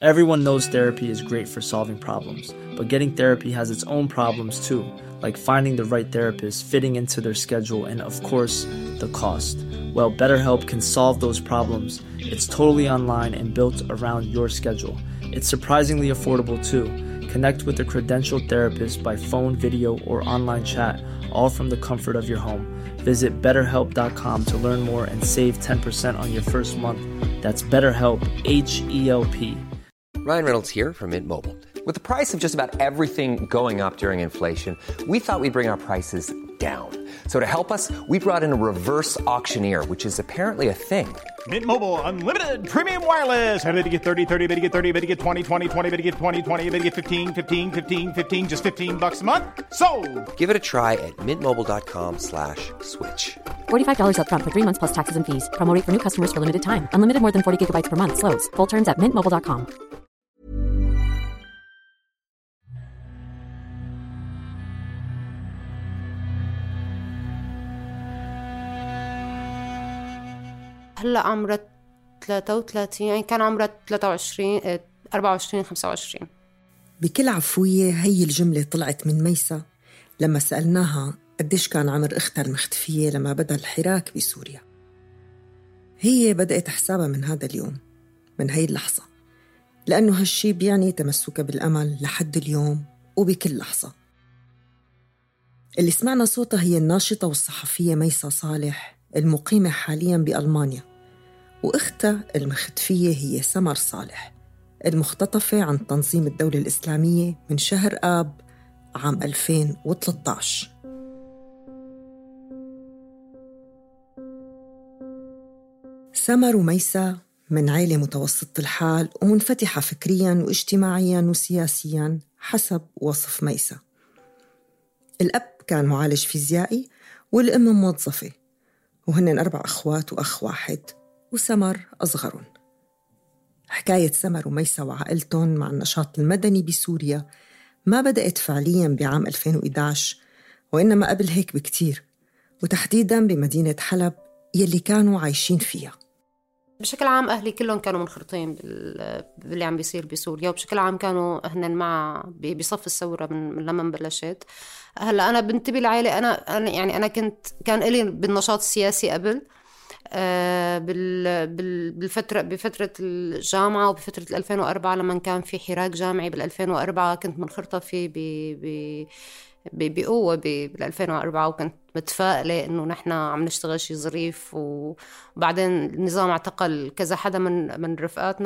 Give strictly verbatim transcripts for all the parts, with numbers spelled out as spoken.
Everyone knows therapy is great for solving problems, but getting therapy has its own problems too, like finding the right therapist, fitting into their schedule, and of course, the cost. Well, BetterHelp can solve those problems. It's totally online and built around your schedule. It's surprisingly affordable too. Connect with a credentialed therapist by phone, video, or online chat, all from the comfort of your home. Visit better help dot com to learn more and save ten percent on your first month. That's BetterHelp, H E L P. Ryan Reynolds here from Mint Mobile. With the price of just about everything going up during inflation, we thought we'd bring our prices down. So to help us, we brought in a reverse auctioneer, which is apparently a thing. Mint Mobile Unlimited Premium Wireless. How to get thirty, thirty, how to get thirty, how to get twenty, twenty, twenty, how to get twenty, twenty, how to get fifteen, fifteen, fifteen, fifteen, just fifteen bucks a month? Sold! Give it a try at mintmobile.com slash switch. forty-five dollars up front for three months plus taxes and fees. Promo rate for new customers for limited time. Unlimited more than forty gigabytes per month. Slows full terms at mint mobile dot com. هلا عمرها ثلاثة وثلاثين، يعني كان عمرها ثلاثة وعشرين أربعة وعشرين خمسة وعشرين. بكل عفوية هي الجملة طلعت من ميسا لما سألناها قديش كان عمر أختها المختفية لما بدأ الحراك بسوريا. هي بدأت حسابها من هذا اليوم، من هاي اللحظة، لأنه هالشي بيعني تمسكها بالأمل لحد اليوم وبكل لحظة. اللي سمعنا صوتها هي الناشطة والصحفية ميسا صالح المقيمة حالياً بألمانيا، وأختها المختفية هي سمر صالح المختطفة عن تنظيم الدولة الإسلامية من شهر آب عام ألفين وثلاثة عشر. سمر وميسا من عائلة متوسطة الحال ومنفتحة فكرياً واجتماعياً وسياسياً حسب وصف ميسا. الأب كان معالج فيزيائي والأم موظفة، وهن أربع أخوات وأخ واحد، وسمر أصغرهم. حكاية سمر وميسا وعائلتهم مع النشاط المدني بسوريا ما بدأت فعلياً بعام ألفين وإحدى عشر، وإنما قبل هيك بكتير، وتحديداً بمدينة حلب يلي كانوا عايشين فيها. بشكل عام أهلي كلهم كانوا منخرطين باللي عم بيصير بسوريا، وبشكل عام كانوا هن مع بصف الثورة من لما بلشت. هلا أنا بنتبه العائلة، أنا أنا يعني أنا كنت كان إلي بالنشاط السياسي قبل آه بال بالفترة بفترة الجامعة وبفترة ألفين وأربعة لما كان في حراك جامعي بالألفين وأربعة كنت منخرطة فيه ب ب بقوة بال2004، وكنت متفائلة إنه نحن عم نشتغل شيء ظريف. وبعدين النظام اعتقل كذا حدا من من رفقاتنا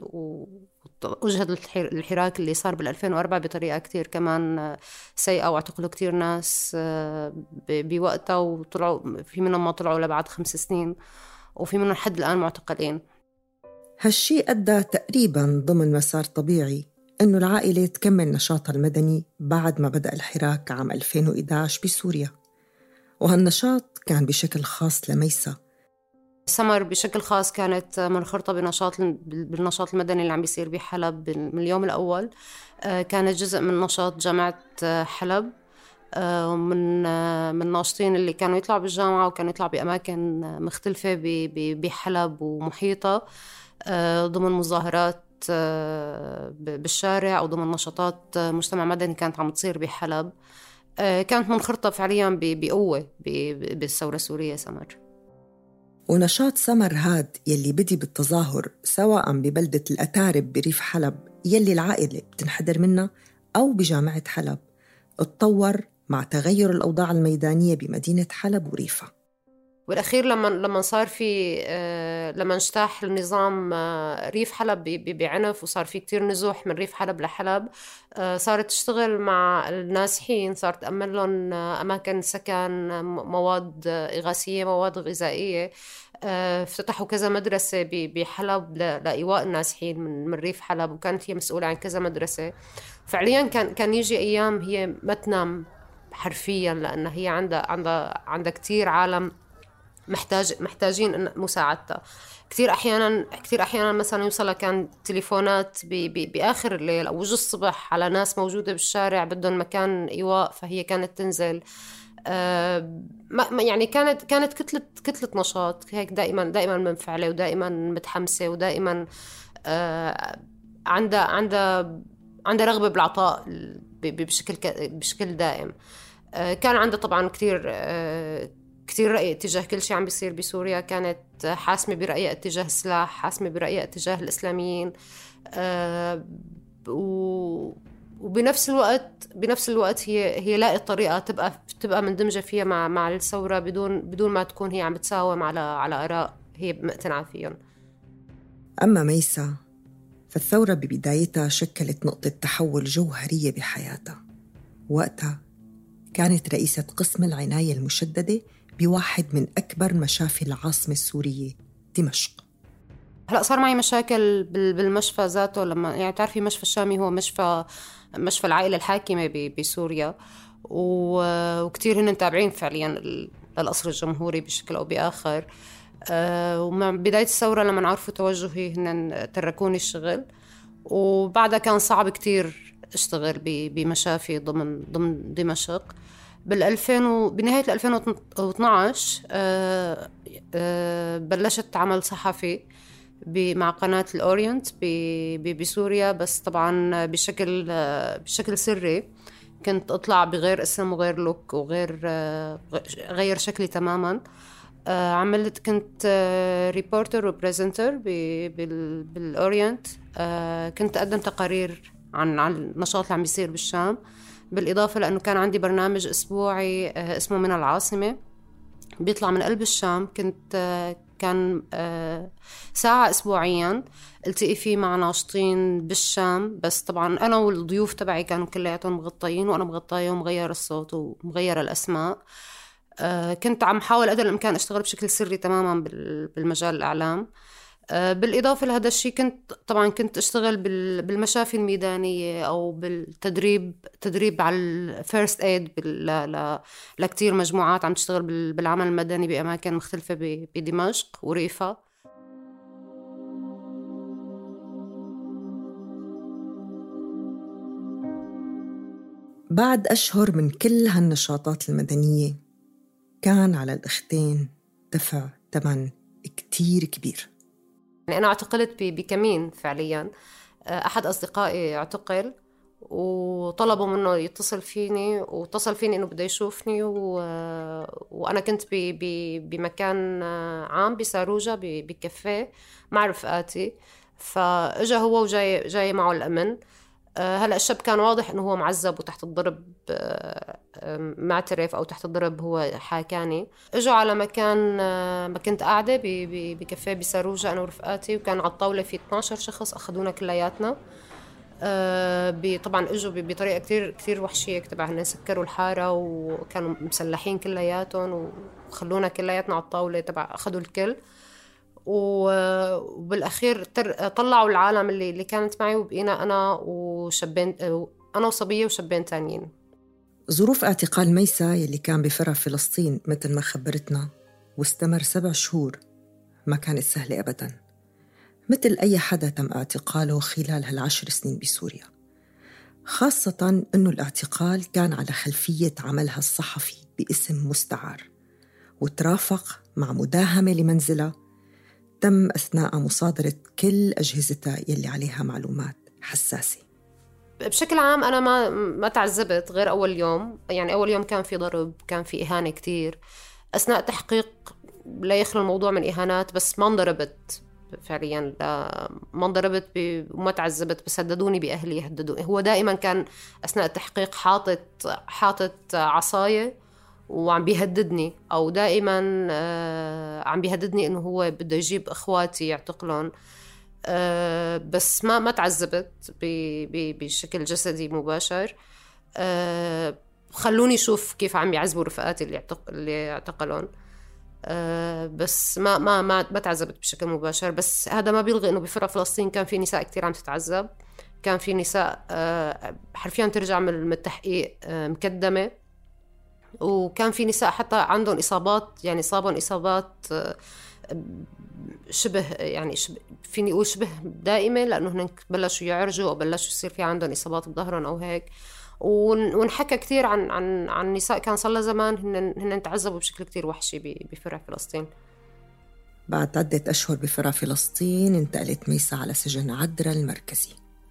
ووجهد الحراك اللي صار بال2004 بطريقة كتير كمان سيئة، واعتقلوا كتير ناس بوقتها، وطلعوا في منهم ما طلعوا لبعد خمس سنين، وفي منهم لحد الآن معتقلين. هالشي أدى تقريباً ضمن مسار طبيعي إنه العائلة تكمل نشاطها المدني بعد ما بدأ الحراك عام ألفين وإحدى عشر بسوريا، وهالنشاط كان بشكل خاص لميسا. سمر بشكل خاص كانت منخرطة بنشاط بالنشاط المدني اللي عم بيصير بحلب من اليوم الأول. كانت جزء من نشاط جامعة حلب، ومن من ناشطين اللي كانوا يطلعوا بالجامعة وكانوا يطلعوا بأماكن مختلفة بحلب ومحيطة، ضمن مظاهرات بالشارع أو ضمن نشاطات مجتمع مدني كانت عم تصير بحلب. كانت منخرطة فعليا بقوة بالثورة السورية سمر. ونشاط سمر هاد يلي بدي بالتظاهر سواء ببلدة الأتارب بريف حلب يلي العائلة بتنحدر منها أو بجامعة حلب، اتطور مع تغير الأوضاع الميدانية بمدينة حلب وريفها. والأخير لما لما صار في لما انجتاح النظام ريف حلب بعنف، وصار في كتير نزوح من ريف حلب لحلب، صارت تشتغل مع النازحين، صارت تأمن لهم أماكن سكن، مواد إغاثية، مواد غذائية. افتتحوا كذا مدرسة بحلب لإيواء النازحين من من ريف حلب، وكانت هي مسؤولة عن كذا مدرسة. فعليا كان كان يجي أيام هي ما تنام حرفيا، لأن هي عندها عندها عندها كتير عالم محتاج محتاجين مساعدتها. كتير أحيانا كتير أحيانا مثلا يوصل كان تليفونات بآخر الليل أو وجه الصبح على ناس موجودة بالشارع بدهم مكان إيواء، فهي كانت تنزل. آه يعني كانت كانت كتلة كتلة نشاط هيك، دائما دائما منفعلة ودائما متحمسة ودائما آه عندها عندها عندها رغبة بالعطاء بشكل بشكل دائم. كان عندها طبعا كتير كتير رأي تجاه كل شيء عم بيصير بسوريا، كانت حاسمة برأيها اتجاه السلاح، حاسمة برأيها اتجاه الإسلاميين، وبنفس الوقت بنفس الوقت هي هي لاقت طريقة تبقى تبقى مندمجة فيها مع مع الثورة بدون بدون ما تكون هي عم بتساوم على على آراء هي مقتنعة فيهم. أما ميسا فالثورة ببدايتها شكلت نقطة تحول جوهرية بحياتها. وقتها كانت رئيسة قسم العناية المشددة بواحد من أكبر مشافي العاصمة السورية دمشق. هلأ صار معي مشاكل بالمشفى ذاته، لما يعني تعرفي مشفى الشامي هو مشفى مشفى العائلة الحاكمة بسوريا، وكتير هن تابعين فعليا للقصر الجمهوري بشكل أو بآخر. ومع بداية الثورة لما عرفوا توجهي هن تركوني الشغل، وبعدها كان صعب كتير اشتغل بمشافي ضمن ضمن دمشق. بالألفين وبنهاية الألفين واثناعش أه أه بلشت عمل صحفي مع قناة الأورينت بسوريا، بس طبعا بشكل بشكل سري. كنت أطلع بغير اسم وغير لوك وغير غير شكلي تماما. عملت كنت ريبورتر وبريزنتر بالأورينت. كنت أقدم تقارير عن عن النشاط اللي عم بيصير بالشام، بالإضافة لأنه كان عندي برنامج أسبوعي اسمه من العاصمة بيطلع من قلب الشام. كنت كان ساعة أسبوعيا التقي فيه مع ناشطين بالشام، بس طبعا أنا والضيوف تبعي كانوا كلياتهم مغطيين وأنا مغطاية ومغير الصوت ومغير الأسماء. كنت عم حاول قدر الإمكان أشتغل بشكل سري تماما بالمجال الإعلام. بالإضافة لهذا الشيء كنت طبعا كنت أشتغل بالمشافي الميدانية أو بالتدريب تدريب على الفيرست ايد لكتير مجموعات عم تشتغل بالعمل المدني بأماكن مختلفة بدمشق وريفا. بعد أشهر من كل هالنشاطات المدنية كان على الأختين دفع ثمن كتير كبير. يعني أنا اعتقلت بكمين فعلياً. أحد أصدقائي اعتقل وطلبوا منه يتصل فيني، واتصل فيني إنه بده يشوفني، و... وأنا كنت ب... ب... بمكان عام بساروجة بكافيه مع رفقاتي. فإجا هو وجاي جاي معه الأمن. هلأ الشاب كان واضح إنه هو معذب وتحت الضرب، معترف أو تحت الضرب هو حاكاني. إجوا على مكان ما كنت قاعدة بكافيه بساروجة أنا ورفقاتي، وكان على الطاولة في اثنا عشر شخص أخذونا كلياتنا. طبعا إجوا بطريقة كتير كتير وحشية، تبع هن سكروا الحارة وكانوا مسلحين كلياتهم وخلونا كلياتنا على الطاولة تبع أخذوا الكل. وبالأخير طلعوا العالم اللي اللي كانت معي، وبقينا أنا وشابين أنا وصبية وشابين تانيين. ظروف اعتقال ميسا يلي كان بفرع فلسطين مثل ما خبرتنا واستمر سبع شهور ما كانت سهلة أبداً، مثل أي حدا تم اعتقاله خلال هالعشر سنين بسوريا، خاصة أنه الاعتقال كان على خلفية عملها الصحفي باسم مستعار، وترافق مع مداهمة لمنزلها تم أثناء مصادرة كل أجهزتها يلي عليها معلومات حساسة. بشكل عام أنا ما ما تعذبت غير أول يوم. يعني أول يوم كان في ضرب، كان في إهانة كتير أثناء تحقيق، لا يخلو الموضوع من إهانات، بس ما انضربت فعليا، لا ما انضربت وما تعذبت، بس هددوني بأهلي، هددوني. هو دائما كان أثناء التحقيق حاطط حاطط عصاية وعم بيهددني، أو دائما عم بيهددني إنه هو بده يجيب إخواتي يعتقلون. أه بس ما ما تعذبت بشكل جسدي مباشر. أه خلوني شوف كيف عم يعذبوا رفقاتي اللي اللي اعتقلون. أه بس ما ما ما ما تعذبت بشكل مباشر. بس هذا ما بيلغي انه بفرع فلسطين كان في نساء كتير عم تتعذب، كان في نساء أه حرفيا ترجع من التحقيق أه مكدمه، وكان في نساء حتى عندهم اصابات، يعني صابهم اصابات أه شبه يعني شبه فيني أقول شبه دائمة، لأنه هن بلشوا يعرجوا أو بلشوا يصير في عندهم إصابات بظهرهم أو هيك. ونحكى كتير عن عن عن نساء كان صار لها زمان هن هن تعذبوا بشكل كتير وحشي بفرع فلسطين. بعد عدة أشهر بفرع فلسطين انتقلت ميسا على سجن عدرا المركزي.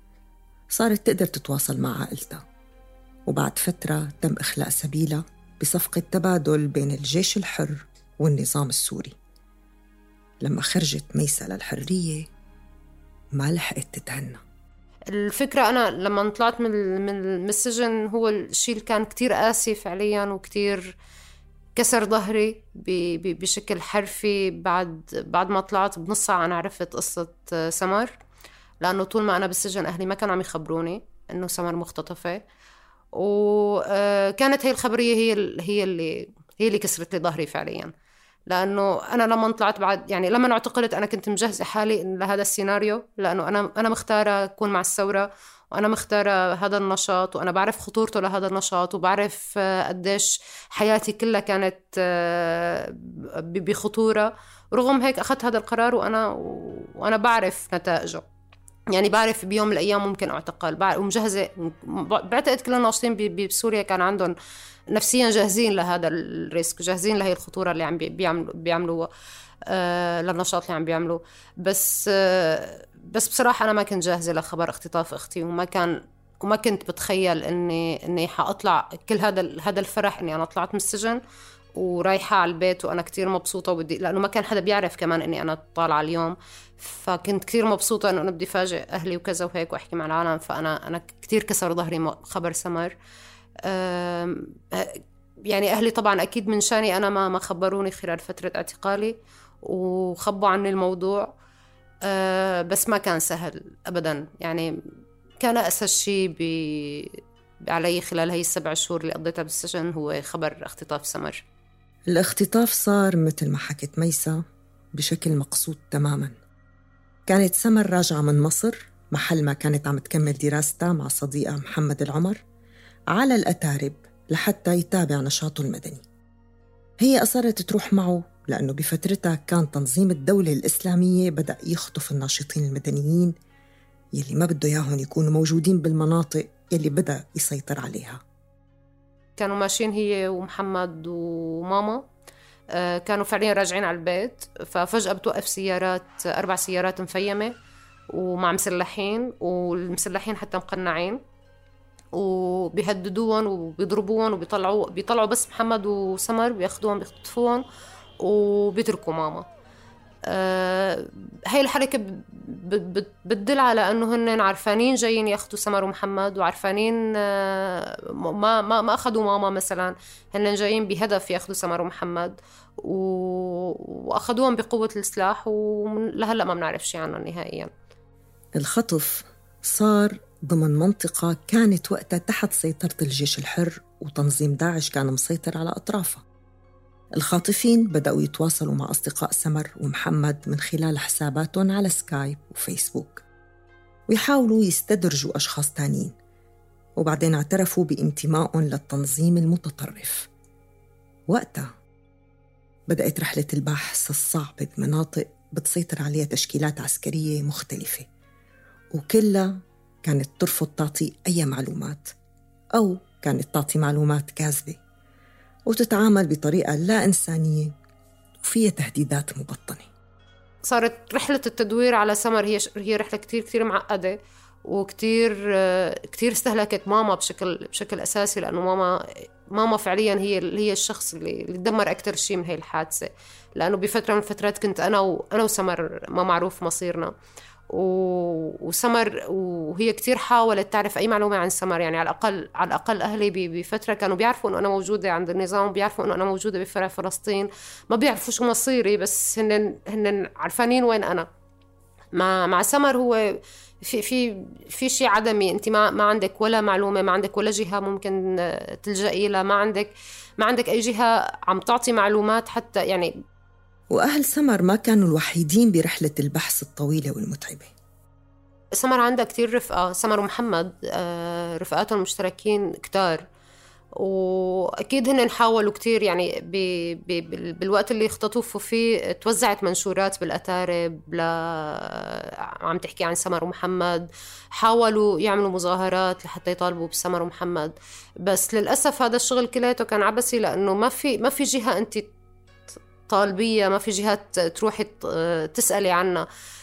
صارت تقدر تتواصل مع عائلتها. وبعد فترة تم إخلاء سبيلها بصفقة تبادل بين الجيش الحر والنظام السوري. لما خرجت ميسة للحرية ما لحقت تتهنى. الفكرة أنا لما طلعت من من السجن هو الشيء اللي كان كتير قاسي فعلياً وكتير كسر ظهري بشكل حرفي. بعد بعد ما طلعت بنص ساعة أنا عرفت قصة سمر، لأنه طول ما أنا بالسجن أهلي ما كانوا عم يخبروني إنه سمر مختطفة، وكانت هي الخبرية هي هي اللي هي اللي كسرت لي ظهري فعلياً. لأنه أنا لما طلعت بعد يعني لما اعتقلت أنا كنت مجهزة حالي لهذا السيناريو، لأنه أنا أنا مختارة أكون مع الثورة، وأنا مختارة هذا النشاط، وأنا بعرف خطورته لهذا النشاط، وبعرف قديش حياتي كلها كانت بخطورة. رغم هيك أخذت هذا القرار وأنا وأنا بعرف نتائجه، يعني بعرف بيوم من الأيام ممكن أعتقل، ومجهزة. بعتقد كل الناشطين بسوريا كان عندهم نفسيا جاهزين لهذا الريسك، جاهزين لهي الخطورة اللي عم بيعملوا بيعملوها آه للنشاط اللي عم بيعملوه. بس آه بس بصراحة أنا ما كنت جاهزة لخبر اختطاف أختي، وما كان وما كنت بتخيل إني إني حأطلع كل هذا هذا الفرح إني أنا طلعت من السجن ورايحة على البيت وأنا كتير مبسوطة، وبدي لأنه ما كان حدا بيعرف كمان إني أنا طالعة اليوم، فكنت كتير مبسوطة إنه أنا بدي فاجئ أهلي وكذا وهيك وأحكي مع العالم. فأنا أنا كتير كسر ظهري خبر سمر. يعني أهلي طبعا أكيد من شاني أنا ما ما خبروني خلال فترة اعتقالي وخبوا عني الموضوع، بس ما كان سهل أبدا. يعني كان أسهل شيء علي خلال هاي السبع شهور اللي قضيتها بالسجن هو خبر اختطاف سمر. الاختطاف صار مثل ما حكت ميسة بشكل مقصود تماما. كانت سمر راجعة من مصر محل ما كانت عم تكمل دراستها مع صديقها محمد العمر على الأتارب لحتى يتابع نشاطه المدني. هي أصرت تروح معه لأنه بفترتها كان تنظيم الدولة الإسلامية بدأ يخطف الناشطين المدنيين يلي ما بده ياهن يكونوا موجودين بالمناطق يلي بدأ يسيطر عليها. كانوا ماشيين هي ومحمد وماما، كانوا فعليا راجعين على البيت، ففجأة بتوقف سيارات، أربع سيارات مفيمة ومع مسلحين، والمسلحين حتى مقنعين، وبيهددوهم وبيضربوهم وبيطلعوا بيطلعوا بس محمد وسمر، بياخدوهم بيخطفوهم وبيتركوا ماما. أه هاي الحركة بتدل على أنه هن عارفانين جايين ياخدوا سمر ومحمد، وعارفانين أه ما ما ما أخدوا ماما مثلا، هن جايين بهدف ياخدوا سمر ومحمد وأخدوهم بقوة السلاح، ولهلأ ما بنعرف شيء عنهم نهائيا. الخطف صار ضمن منطقة كانت وقتها تحت سيطرة الجيش الحر، وتنظيم داعش كان مسيطر على أطرافها. الخاطفين بدأوا يتواصلوا مع أصدقاء سمر ومحمد من خلال حساباتهم على سكايب وفيسبوك، ويحاولوا يستدرجوا أشخاص تانين، وبعدين اعترفوا بانتمائهم للتنظيم المتطرف. وقتها بدأت رحلة البحث الصعبة بمناطق بتسيطر عليها تشكيلات عسكرية مختلفة، وكلها كانت ترفض تعطي أي معلومات، أو كانت تعطي معلومات كاذبة وتتعامل بطريقة لا إنسانية وفيها تهديدات مبطنة. صارت رحلة التدوير على سمر هي هي رحلة كتير كتير معقدة، وكتير كتير استهلكت ماما بشكل بشكل أساسي، لأنه ماما ماما فعليا هي هي الشخص اللي اللي دمر أكتر شيء من هاي الحادثة، لأنه بفترة من الفترات كنت أنا وأنا وسمر ما معروف مصيرنا، وسمر وهي كتير حاولت تعرف أي معلومة عن سمر. يعني على الأقل على الأقل أهلي بفترة كانوا بيعرفوا إنه أنا موجودة عند النظام، بيعرفوا إنه أنا موجودة بفرع فلسطين، ما بيعرفوا شو مصيري، بس هن هن عارفانين وين أنا. مع مع سمر هو في في في شيء عدمي، أنت ما ما عندك ولا معلومة، ما عندك ولا جهة ممكن تلجئي لها، ما عندك ما عندك أي جهة عم تعطي معلومات حتى. يعني وأهل سمر ما كانوا الوحيدين برحلة البحث الطويلة والمتعبة. سمر عندها كتير رفقة، سمر ومحمد رفقاتهم المشتركين كتار، وأكيد هن حاولوا كتير. يعني ب... ب... بالوقت اللي اختطفوا فيه توزعت منشورات بالأتارب ل... عم تحكي عن سمر ومحمد، حاولوا يعملوا مظاهرات لحتى يطالبوا بسمر ومحمد، بس للأسف هذا الشغل كليته كان عبثي، لأنه ما في ما في جهة أنت طالبية، ما في جهات تروحي تسألي عنها.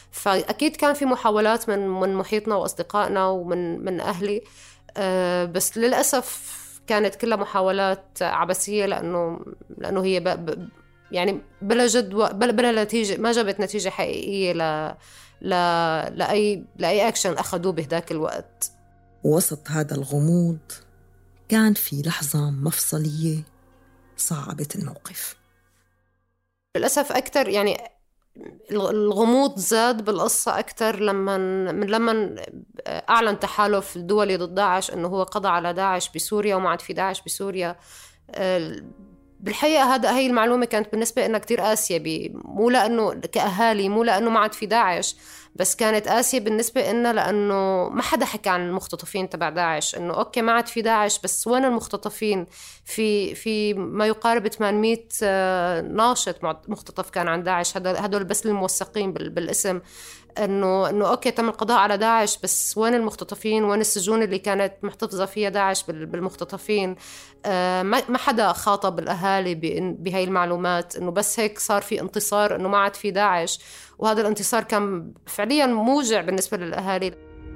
فأكيد كان في محاولات من من محيطنا وأصدقائنا ومن من أهلي، أه بس للأسف كانت كلها محاولات عبثية، لأنه لأنه هي ب ب يعني بلا جدوى بلا بلا نتيجة، ما جابت نتيجة حقيقية ل ل لأي لأي أكشن أخذوه بهداك الوقت. وسط هذا الغموض كان في لحظة مفصلية صعبت الموقف. للأسف أكتر يعني الغموض زاد بالقصة أكتر لما من لما أعلن تحالف الدولي ضد داعش أنه هو قضى على داعش بسوريا وما عاد في داعش بسوريا. بالحقيقة هذا هاي المعلومة كانت بالنسبة لنا كتير قاسية، مو لأنه كأهالي، مو لأنه ما عاد في داعش، بس كانت قاسية بالنسبة لنا لأنه ما حدا حكى عن المختطفين تبع داعش، إنه أوكي ما عاد في داعش بس وين المختطفين؟ في في ما يقارب ثمانمئة ناشط مختطف كان عن داعش، هدول بس الموثقين بالاسم، إنه إنه أوكي تم القضاء على داعش بس وين المختطفين؟ وين السجون اللي كانت محتفظة فيها داعش بالمختطفين؟ آه ما حدا خاطب الأهالي بهاي المعلومات، إنه بس هيك صار في انتصار إنه ما عاد في داعش، وهذا الانتصار كان فعليا موجع بالنسبة للأهالي.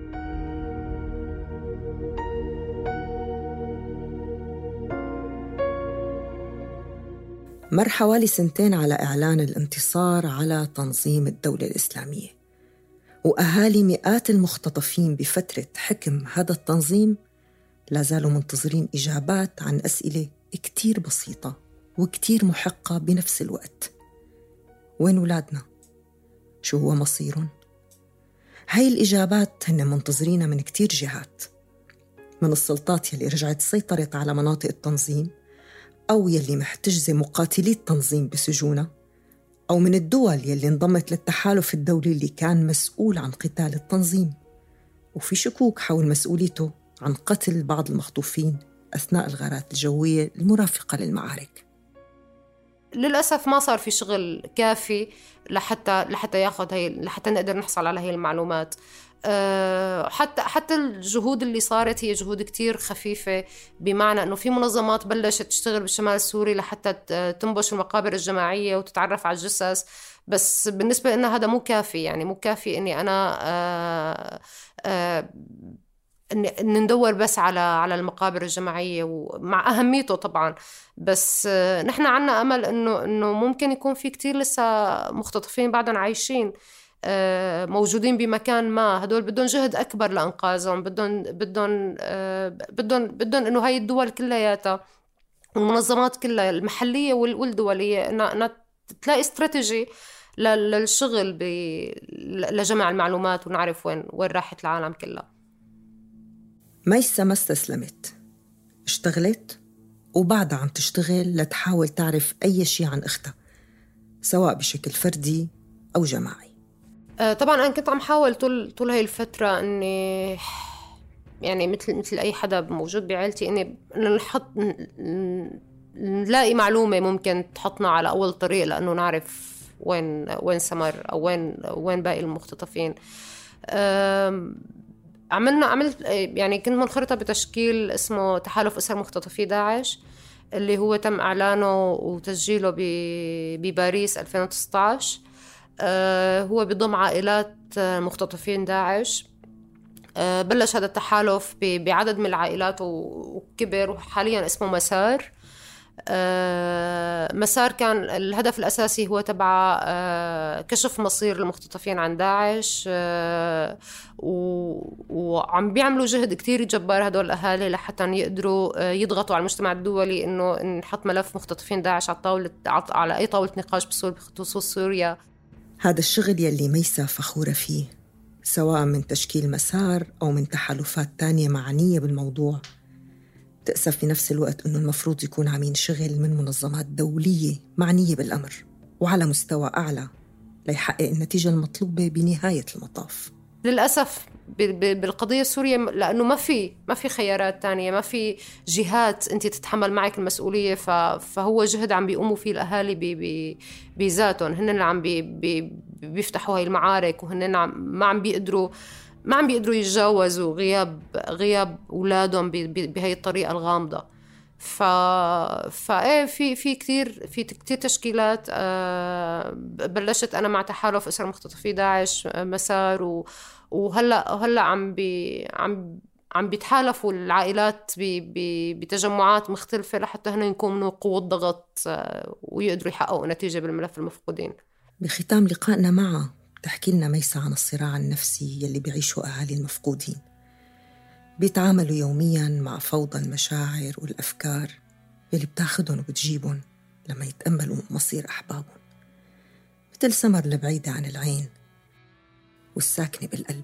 مر حوالي سنتين على إعلان الانتصار على تنظيم الدولة الإسلامية، وأهالي مئات المختطفين بفترة حكم هذا التنظيم لازالوا منتظرين إجابات عن أسئلة كتير بسيطة وكتير محقة بنفس الوقت. وين أولادنا؟ شو هو مصيرهم؟ هاي الإجابات هن منتظرين من كتير جهات، من السلطات يلي رجعت سيطرت على مناطق التنظيم أو يلي محتجزة مقاتلي التنظيم بسجونها، أو من الدول يلي انضمت للتحالف الدولي اللي كان مسؤول عن قتال التنظيم، وفي شكوك حول مسؤوليته عن قتل بعض المخطوفين أثناء الغارات الجوية المرافقة للمعارك. للأسف ما صار في شغل كافي لحتى لحتى ياخذ هي لحتى نقدر نحصل على هي المعلومات. أه حتى حتى الجهود اللي صارت هي جهود كتير خفيفة، بمعنى أنه في منظمات بلشت تشتغل بالشمال السوري لحتى تنبش المقابر الجماعية وتتعرف على الجثث، بس بالنسبة لنا هذا مو كافي. يعني مو كافي إني أنا أه أه إن ندور بس على على المقابر الجماعية، ومع أهميته طبعاً، بس نحن عنا أمل إنه إنه ممكن يكون في كتير لسه مختطفين بعدهم عايشين موجودين بمكان ما. هدول بدهم جهد أكبر لإنقاذهم، بدهم بدهم بدهم بدهم إنه هاي الدول كلياتها والمنظمات كلها المحلية والدولية إنها تلاقي استراتيجي للشغل لجمع المعلومات ونعرف وين وين راحت العالم كلها. ميسا ما استسلمت، اشتغلت وبعدها عم تشتغل لتحاول تعرف أي شيء عن أختها، سواء بشكل فردي أو جماعي. أه طبعاً أنا كنت عم حاول طول طول هاي الفترة إني يعني مثل مثل أي حدا موجود بعائلتي إني نحط نلاقي معلومة ممكن تحطنا على أول طريق لأنه نعرف وين وين سمر أو وين وين باقي المختطفين. أه عملنا عملت يعني كنت منخرطة بتشكيل اسمه تحالف أسر مختطفي داعش، اللي هو تم إعلانه وتسجيله بباريس ألفين وتسعة عشر. آه هو بضم عائلات مختطفين داعش. آه بلش هذا التحالف بعدد من العائلات وكبر، وحاليا اسمه مسار. آه مسار كان الهدف الأساسي هو تبع آه كشف مصير المختطفين عن داعش، آه وعم بيعملوا جهد كتير جبار هدول الأهالي لحتى يقدروا آه يضغطوا على المجتمع الدولي إنه نحط ملف مختطفين داعش على طاولة على أي طاولة نقاش بخصوص سوريا. هذا الشغل يلي ميسا فخورة فيه، سواء من تشكيل مسار أو من تحالفات تانية معنية بالموضوع، تأسف في نفس الوقت أنه المفروض يكون عامين شغل من منظمات دولية معنية بالأمر وعلى مستوى أعلى ليحقق النتيجة المطلوبة بنهاية المطاف. للأسف بالقضية السورية لأنه ما في ما في خيارات تانية، ما في جهات أنت تتحمل معك المسؤولية، فهو جهد عم بيقوموا فيه الأهالي بذاتهم، هن اللي عم بي بيفتحوا هاي المعارك، وهن ما عم بيقدروا ما عم بيقدروا يتجاوزوا غياب غياب أولادهم بهاي الطريقة الغامضة. ف فايه في في كثير في كثير تشكيلات آه بلشت انا مع تحالف اسر مختطفي داعش مسار و... وهلا هلا عم بي عم عم بيتحالفوا العائلات ب... ب... بتجمعات مختلفه لحتى هن يكونوا قوه ضغط آه ويقدروا يحققوا نتيجه بالملف المفقودين. بختام لقائنا معها تحكي لنا ميسة عن الصراع النفسي يلي بيعيشه أهالي المفقودين، بيتعاملوا يومياً مع فوضى المشاعر والأفكار يلي بتاخدهم وبتجيبهم لما يتأملوا مصير أحبابهم، مثل سمر البعيدة عن العين والساكنة بالقلب.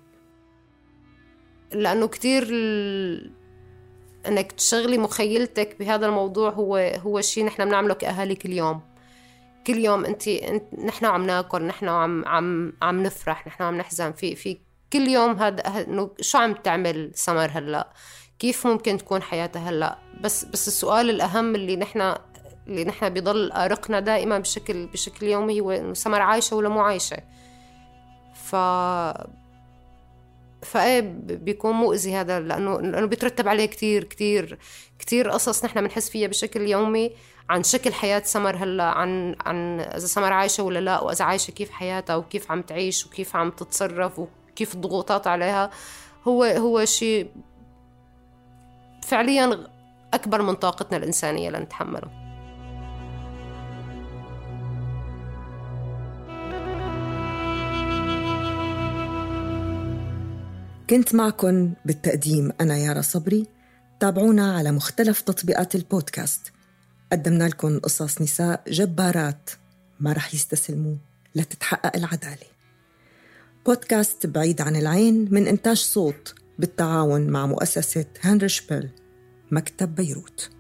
لأنه كتير ال... أنك تشغلي مخيلتك بهذا الموضوع هو هو شيء نحن بنعمله كأهالي كل يوم. كل يوم أنت, انت نحن عم ناكل، نحن عم عم عم نفرح، نحن عم نحزن في في كل يوم. هذا إنه شو عم تعمل سمر هلا، كيف ممكن تكون حياتها هلا. بس بس السؤال الأهم اللي نحن اللي نحن بيضل أرقنا دائما بشكل بشكل يومي هو إنه سمر عايشة ولا مو عايشة. ف فايه بيكون مؤذي هذا، لأنه لأنه بيترتب عليه كتير كتير كتير قصص نحن بنحس فيها بشكل يومي عن شكل حياة سمر هلا، عن عن إذا سمر عايشة ولا لا، وإذا عايشة كيف حياتها وكيف عم تعيش وكيف عم تتصرف وكيف الضغوطات عليها. هو هو شيء فعليا أكبر من طاقتنا الإنسانية لنتحمله. كنت معكن بالتقديم أنا يارا صبري. تابعونا على مختلف تطبيقات البودكاست، قدمنا لكم قصص نساء جبارات ما رح يستسلموا لتتحقق العدالة. بودكاست بعيد عن العين من إنتاج صوت بالتعاون مع مؤسسة هنري شبيل مكتب بيروت.